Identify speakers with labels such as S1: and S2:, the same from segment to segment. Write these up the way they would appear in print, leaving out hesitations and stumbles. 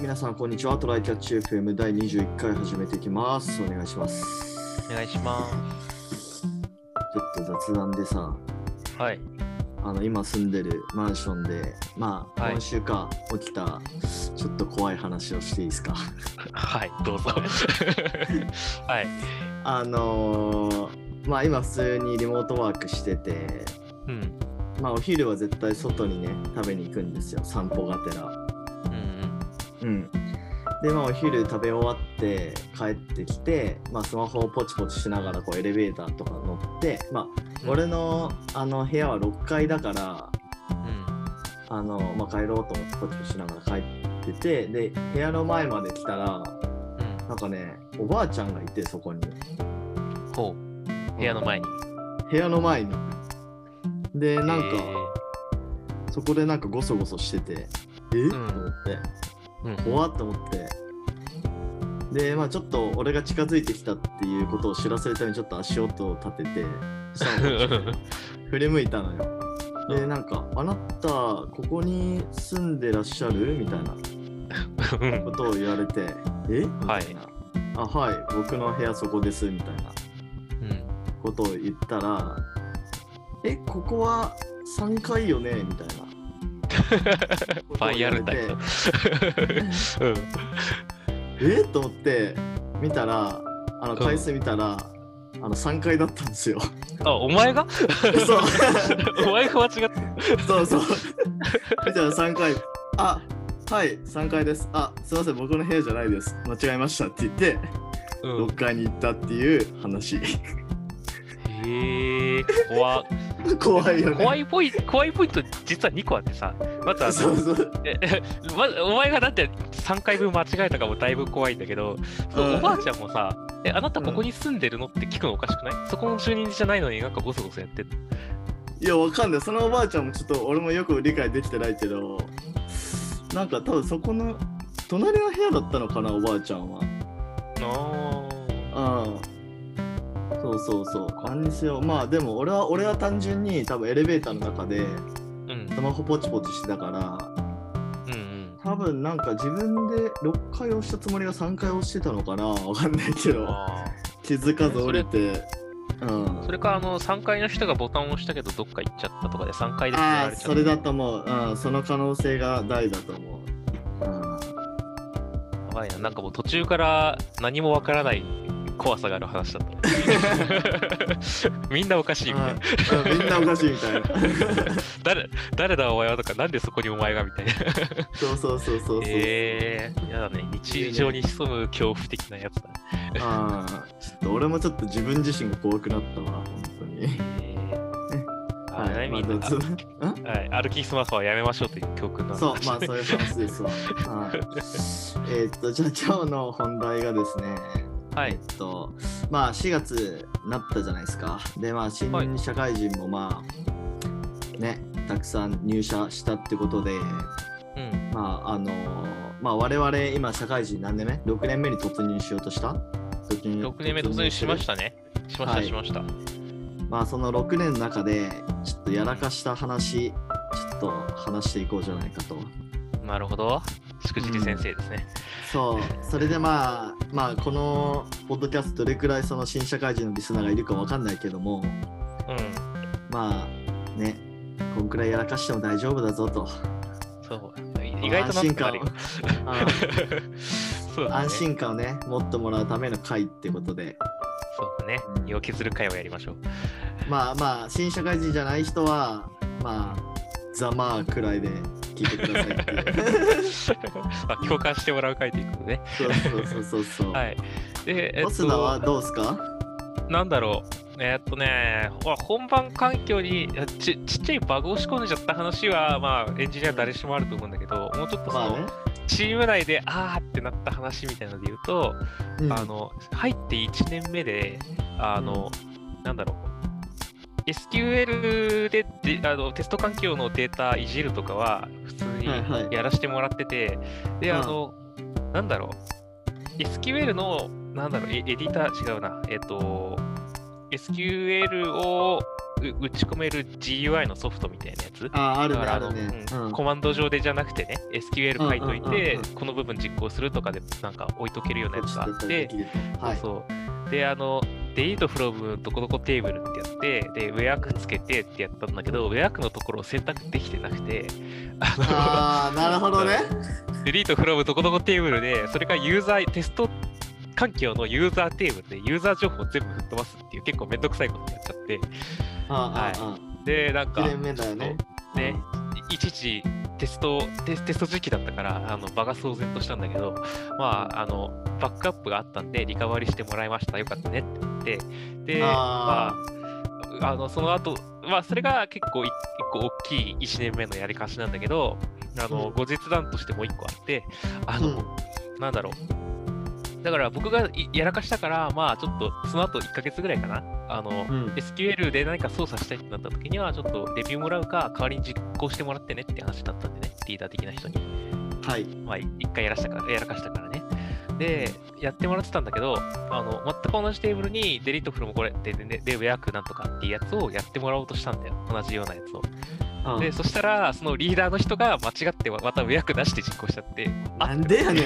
S1: 皆さんこんにちは。トライキャッチ FM 第21回始めていきます。お願いします。
S2: お願いします。
S1: ちょっと雑談でさ、
S2: はい。
S1: 今住んでるマンションで、
S2: はい、
S1: 今週か起きたちょっと怖い話をしていいですか？
S2: はい、どうぞ。はい。
S1: 今普通にリモートワークしてて、お昼は絶対外にね食べに行くんですよ、散歩がてら。でお昼食べ終わって帰ってきて、スマホをポチポチしながらこうエレベーターとか乗って、俺の部屋は6階だから、帰ろうと思ってポチポチしながら帰ってて、で部屋の前まで来たら、なんかねおばあちゃんがいて、そこに。
S2: ほう。部屋の前に。でなんか、そこでなんかゴソゴソしてて、と思って、怖っと思って。でちょっと俺が近づいてきたっていうことを知らせるためにちょっと足音を立てて、そしたら振り向いたのよ。でなんか、あなたここに住んでらっしゃるみたいなことを言われてみたいな。はい、僕の部屋そこですみたいなことを言ったら、ここは3階よねみたいな。 バイアルタイ
S1: プと思って見たら、回数見たら、3階だったんですよ。
S2: お前が
S1: そう
S2: お前が間違った
S1: そう見たら3階、はい3階です、すいません僕の部屋じゃないです、間違えましたって言って、6階に行ったっていう話。怖いよね。
S2: 怖いポイント実は2個あってさ、まずお前がだって3回分間違えたかもだいぶ怖いんだけど、おばあちゃんもさ、あなたここに住んでるのって聞くのおかしくない？そこの住人じゃないのになんかゴソゴソやってる。
S1: いやわかんない、そのおばあちゃんもちょっと俺もよく理解できてないけど、なんか多分そこの隣の部屋だったのかな、おばあちゃんは。そうなんですよ。でも俺は単純に多分エレベーターの中でスマホポチポチしてたから、多分なんか自分で6回押したつもりが3回押してたのかな、わかんないけど、気づかず降りて。
S2: それか3階の人がボタンを押したけどどっか行っちゃったとかで3階で止められちゃった。
S1: それだと思う。その可能性が大だと思う。
S2: やばいな、なんかもう途中から何もわからない怖さがある話だった。みんなおかしいみたいな。
S1: みんなおかしいみたいな。
S2: 誰だお前はとか、なんでそこにお前がみたいな。
S1: そう。
S2: やだね、日常に潜む恐怖的なやつだ。
S1: ちょっと俺もちょっと自分自身が怖くなったわ、本当に。
S2: みんな歩きスマホはやめましょうという教訓なんで。
S1: そういう話ですわ。じゃあ今日の本題がですね、4月になったじゃないですか。で新社会人もたくさん入社したってことで、我々今社会人何年目 ?6 年目に突入しようとした？
S2: 6年目突入しましたね。しました。
S1: その6年の中でちょっとやらかした話、ちょっと話していこうじゃないかと。
S2: なるほど。しくじり先生ですね。
S1: それでこのポッドキャストどれくらいその新社会人のリスナーがいるかわかんないけども、こんくらいやらかしても大丈夫だぞと。
S2: 意外と
S1: 安心感安心感をね持ってもらうための回ってことで。
S2: そうだね、身を削る回をやりましょう。
S1: 新社会人じゃない人はざくらいで聞いてくださいっていう
S2: 共感してもらう回ということね。
S1: そう。で、ボスナはどうすか？
S2: なんだろう。本番環境にちっちゃいバグを仕込んじゃった話は、エンジニア誰しもあると思うんだけど、もうちょっとチーム内でってなった話みたいなので言うと、入って1年目で、SQL でテスト環境のデータいじるとかは普通にやらせてもらってて、で、SQL の、エディター違うな、SQL を
S3: 打ち込める GUI のソフトみたいなやつ。
S1: あるね、あるね。
S3: コマンド上でじゃなくてね、SQL 書いといて、この部分実行するとかでなんか置いとけるようなやつがあって、そうで、delete from どこどこテーブルってやって、で、where つけてってやったんだけど、where のところを選択できてなくて、
S1: なるほどね。
S3: delete from どこどこテーブルで、それからユーザー、テスト環境のユーザーテーブルでユーザー情報を全部吹っ飛ばすっていう結構めんどくさいことになっちゃって、で、なんか、いちいちテスト時期だったから場が騒然としたんだけど、バックアップがあったんでリカバリしてもらいました、よかったねって言って、で、その後、それが結構一個大きい1年目のやりかしなんだけど、後日談としてもう1個あって、なんだろう。だから僕がやらかしたから、ちょっとその後1ヶ月ぐらいかな、SQL で何か操作したいってなった時には、ちょっとレビューもらうか、代わりに実行してもらってねって話だったんでね、リーダー的な人に。
S1: はい。
S3: 1回やらかしたからね。で、やってもらってたんだけど、全く同じテーブルにデリートフルもこれで、where なんとかっていうやつをやってもらおうとしたんだよ。同じようなやつを。で、そしたら、そのリーダーの人が間違ってまたウェアク出して実行しちゃって。
S1: なんでやね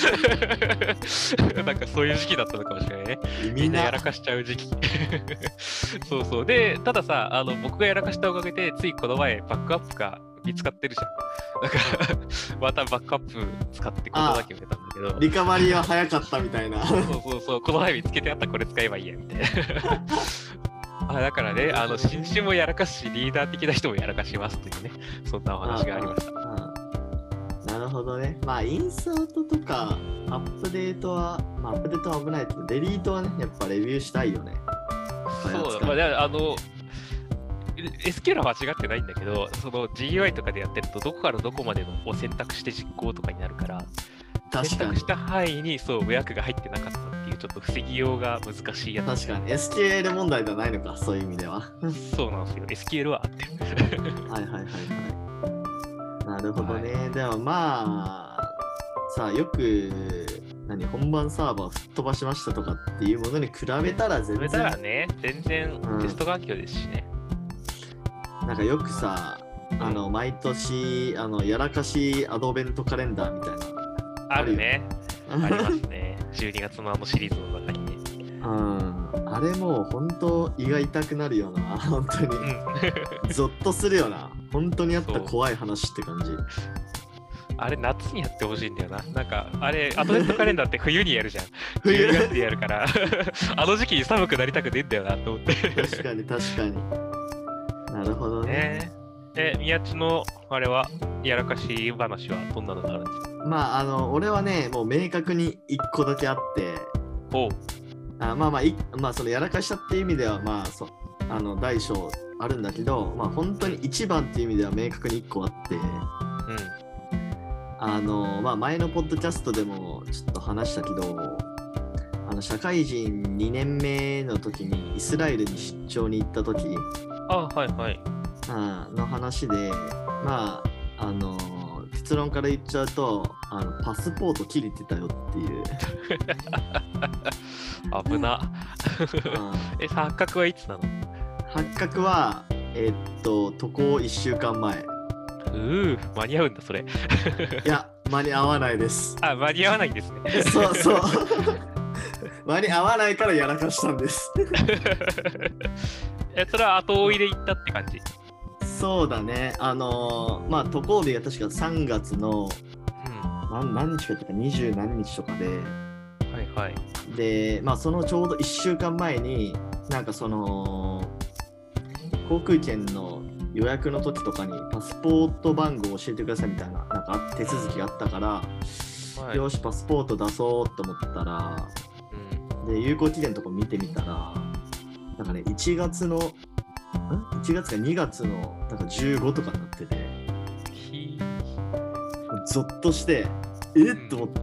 S3: ん。なんかそういう時期だったのかもしれないね。みんなやらかしちゃう時期。そうそう。で、たださ、僕がやらかしたおかげで、ついこの前、バックアップが見つかってるじゃん。だからまたバックアップ使ってことだけ受けたんだけど。
S1: リカバリーは早かったみたいな。
S3: そう。この前見つけてあったこれ使えばいいや、みたいな。だからね、新人もやらかし、リーダー的な人もやらかしますというね、そんなお話がありました。
S1: なるほどね。インサートとかアップデートは、アップデートは危ないけど、デリートはね、やっぱレビューしたいよね。
S3: そう、SQL は間違ってないんだけど、その GUI とかでやってると、どこからどこまでのを選択して実行とかになるから、選択した範囲にウェアクが入ってなかったっていうちょっと防ぎようが難しいやつ。
S1: 確かに SQL 問題ではないのか、そういう意味では。
S3: そうなんですよ。SQL はあってる。
S1: なるほどね。でもさあよく本番サーバー吹っ飛ばしましたとかっていうものに比べたら全
S3: 然テスト環境ですしね。
S1: なんかよくさ、毎年やらかしアドベントカレンダーみたいな。
S3: あるね。ありますね。12月のシリーズの中にね。
S1: あれもう本当胃が痛くなるような、本当に。ゾッとするよな。本当にあった怖い話って感じ。
S3: あれ夏にやってほしいんだよな。なんかあれアドベントカレンダーって冬にやるじゃん。冬にやるから時期に寒くなりたくねえんだよなと思って。
S1: 確かに。なるほどね。
S3: 宮地のあれはやらかし話はどんなのがあるんですか？
S1: 俺はね、もう明確に1個だけあって、そのやらかしたっていう意味では、大小あるんだけど、本当に一番っていう意味では明確に1個あって、前のポッドキャストでもちょっと話したけど、社会人2年目の時にイスラエルに出張に行った時の話で、結論から言っちゃうとパスポート切れてたよっていう
S3: 危な発覚はいつなの？
S1: 発覚は渡航1週間前。
S3: 間に合うんだそれ。
S1: いや間に合わないです。
S3: 間に合わないんですね。
S1: そう間に合わないからやらかしたんです。
S3: それは後追いで行ったって感じ？
S1: そうだね。渡航日が確か3月の、何日かとか20何日とかで、で、そのちょうど1週間前に、なんかその、航空券の予約の時とかにパスポート番号を教えてくださいみたいな、なんか手続きがあったから、よし、パスポート出そうと思ったら、で、有効期限とか見てみたら、なんかね、1月か2月のなんか15とかになってて、ゾッとしてと思って、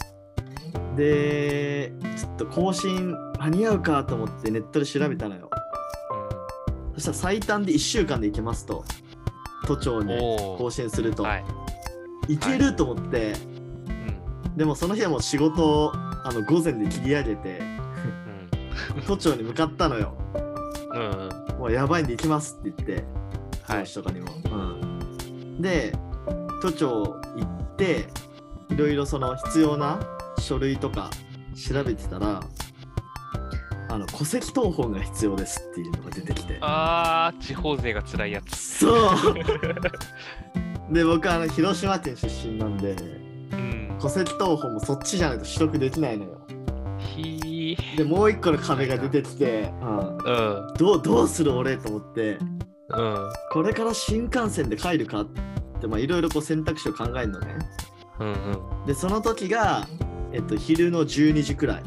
S1: でちょっと更新間に合うかと思ってネットで調べたのよ。そしたら最短で1週間で行けますと、都庁に更新すると、いけると思って、でもその日はもう仕事を午前で切り上げて都庁に向かったのよ。 もうやばいんで行きますって言って、
S3: はい、
S1: 上司とかにも、で都庁行っていろいろその必要な書類とか調べてたら、戸籍謄本が必要ですっていうのが出てきて、
S3: 地方税が辛いやつ。
S1: そうで僕広島県出身なんで、戸籍謄本もそっちじゃないと取得できないのよ。でもう一個の壁が出てきて、どうする俺と思って、これから新幹線で帰るかっていろいろ選択肢を考えるのね。でその時が、昼の12時くらい。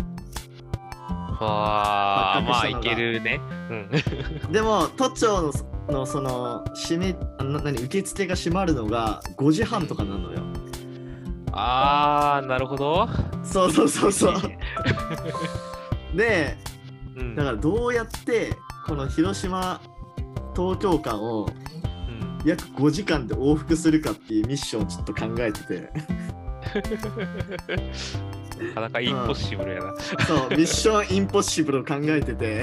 S3: まあいけるね。
S1: でも都庁のその受付が閉まるのが5時半とかなのよ。
S3: なるほど。
S1: そうで、だからどうやってこの広島東京間を約5時間で往復するかっていうミッションをちょっと考えてて
S3: なかなかインポッシブルやな。
S1: そう、ミッションインポッシブルを考えてて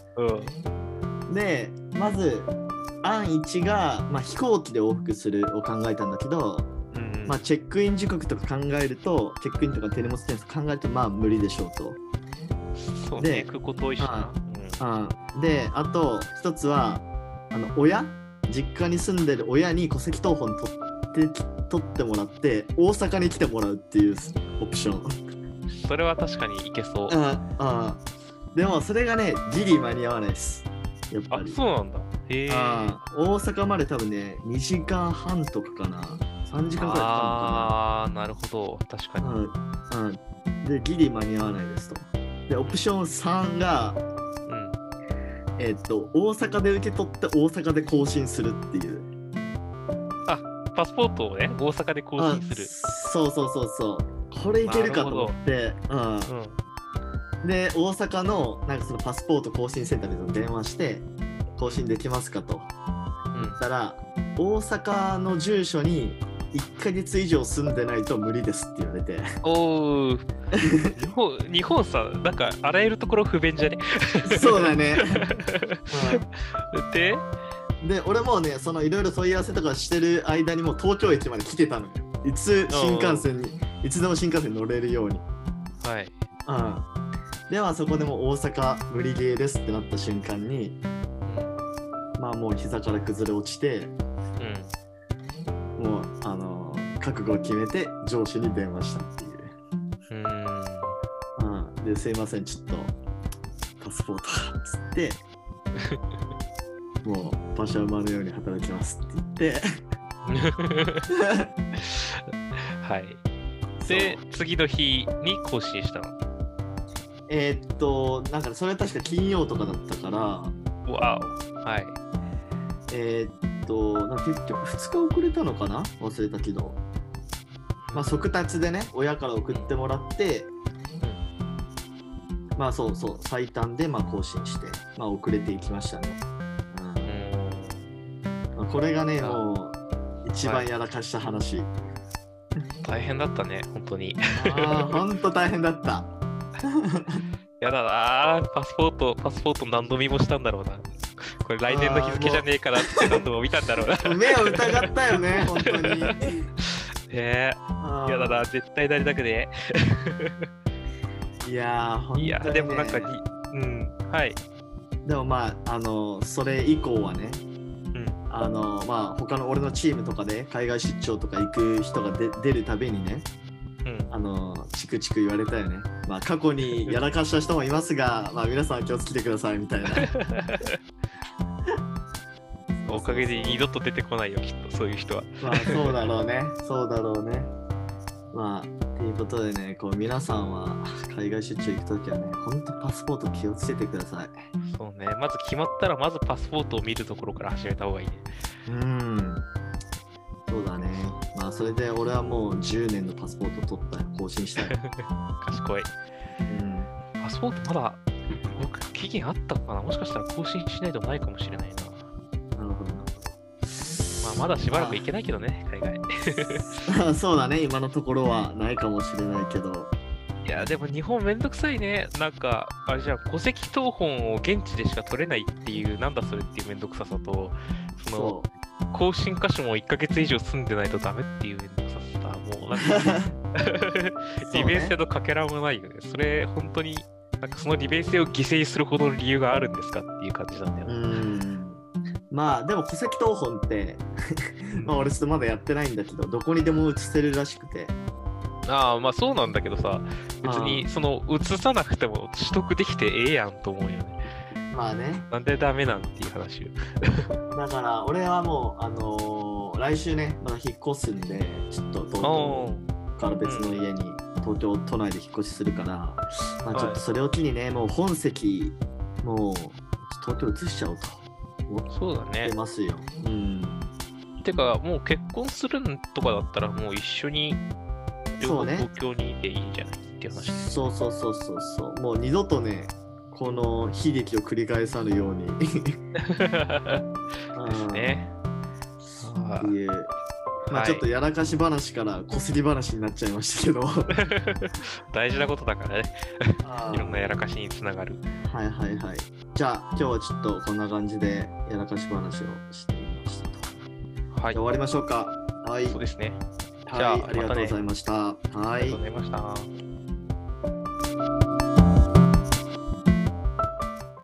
S1: でまず案1が、飛行機で往復するを考えたんだけど、チェックイン時刻とか考えると、チェックインとか手荷物検査考えると無理でしょうと。
S3: そうね、空港遠いしな。
S1: で、あと一つは実家に住んでる親に戸籍謄本取ってもらって大阪に来てもらうっていうオプション。
S3: それは確かにいけそう。
S1: でもそれがねギリ間に合わないです。やっぱり。
S3: そうなんだ。
S1: 大阪まで多分ね2時間半とかかな。3時間くらいかかるのか
S3: な。なるほど、確かに。
S1: でギリ間に合わないですと。でオプション3が、大阪で受け取って大阪で更新するっていう。
S3: パスポートをね大阪で更新する。
S1: そうこれいけるかと思って、で大阪のそのパスポート更新センターで電話して更新できますかと言ったら、大阪の住所に1ヶ月以上住んでないと無理ですって言われて。
S3: 日本さ、なんかあらゆるところ不便じゃね。
S1: そうだね。で俺もねそのいろいろ問い合わせとかしてる間にもう東京駅まで来てたのよ。いつでも新幹線に乗れるように。ではそこでも大阪無理ゲーですってなった瞬間に、もう膝から崩れ落ちて、もう覚悟を決めて上司に電話したっていう。ですいませんちょっとパスポートっつってもう馬車馬のように働きますって言って
S3: で次の日に更新したの。
S1: なんかそれは確か金曜とかだったから、結局2日遅れたのかな忘れたけど、速達でね親から送ってもらって、最短で更新して、遅れていきましたね。これがねもう一番やらかした話。
S3: 大変だったね本当に。
S1: 本当大変だった。
S3: やだな、パスポート何度見もしたんだろうな。これ来年の日付じゃねえかなって何度も見たんだろうな。
S1: 目を疑ったよね本当に。
S3: やだな、絶対なりたくね
S1: え。いや本当に、ね、
S3: でもなんか
S1: でもそれ以降はね、他の俺のチームとかで海外出張とか行く人が出るたびにね、チクチク言われたよね。過去にやらかした人もいますが、皆さん気をつけてくださいみたいな。
S3: おかげで二度と出てこないよきっとそういう人は。
S1: そうだろうね。っていうことでね、皆さんは海外出張行くときはね、ほんとパスポート気をつけてください。
S3: そうね、まず決まったらまずパスポートを見るところから始めた方がいいね。
S1: そうだね。それで俺はもう10年のパスポート取ったよ。更新したよ。
S3: 賢い。パスポートまだ僕期限あったかな。もしかしたら更新しないとないかもしれないな。
S1: なるほど。
S3: まだしばらく行けないけどね、海外。
S1: そうだね、今のところはないかもしれないけど。
S3: いや、でも日本めんどくさいね。なんか、あれじゃん、戸籍謄本を現地でしか取れないっていう、なんだそれっていうめんどくささと、その、更新箇所も1ヶ月以上住んでないとダメっていうめんどくささ、もうなんか、利便性のかけらもないよね。それ、本当に、なんかその利便性を犠牲にするほどの理由があるんですかっていう感じなんだよね。
S1: まあでも戸籍謄本ってまあ俺ちょっとまだやってないんだけど、どこにでも移せるらしくて。
S3: ああ、まあそうなんだけどさ、別にその移さなくても取得できてええやんと思うよね。
S1: まあね。
S3: なんでダメなんていう話よ。
S1: だから俺はもう来週ね、まだ引っ越すんで、ちょっと東京から別の家に東京都内で引っ越しするから、まあちょっとそれを機にね、もう本籍もう東京移しちゃおうと。
S3: そうだね。
S1: 出ますよ。
S3: てかもう結婚するんとかだったらもう一緒に東京にいていいんじゃないっていう話。
S1: そう。もう二度とね、この悲劇を繰り返さぬように。
S3: ですね。
S1: っていう。まあちょっとやらかし話からこすり話になっちゃいましたけど
S3: 大事なことだからねいろんなやらかしにつながる。
S1: はい。じゃあ今日はちょっとこんな感じでやらかし話をしてみましたと。はい。終わりましょうか。はい。
S3: そうですね。
S1: じゃあありがとうございました。
S3: はい。ありがとうございました。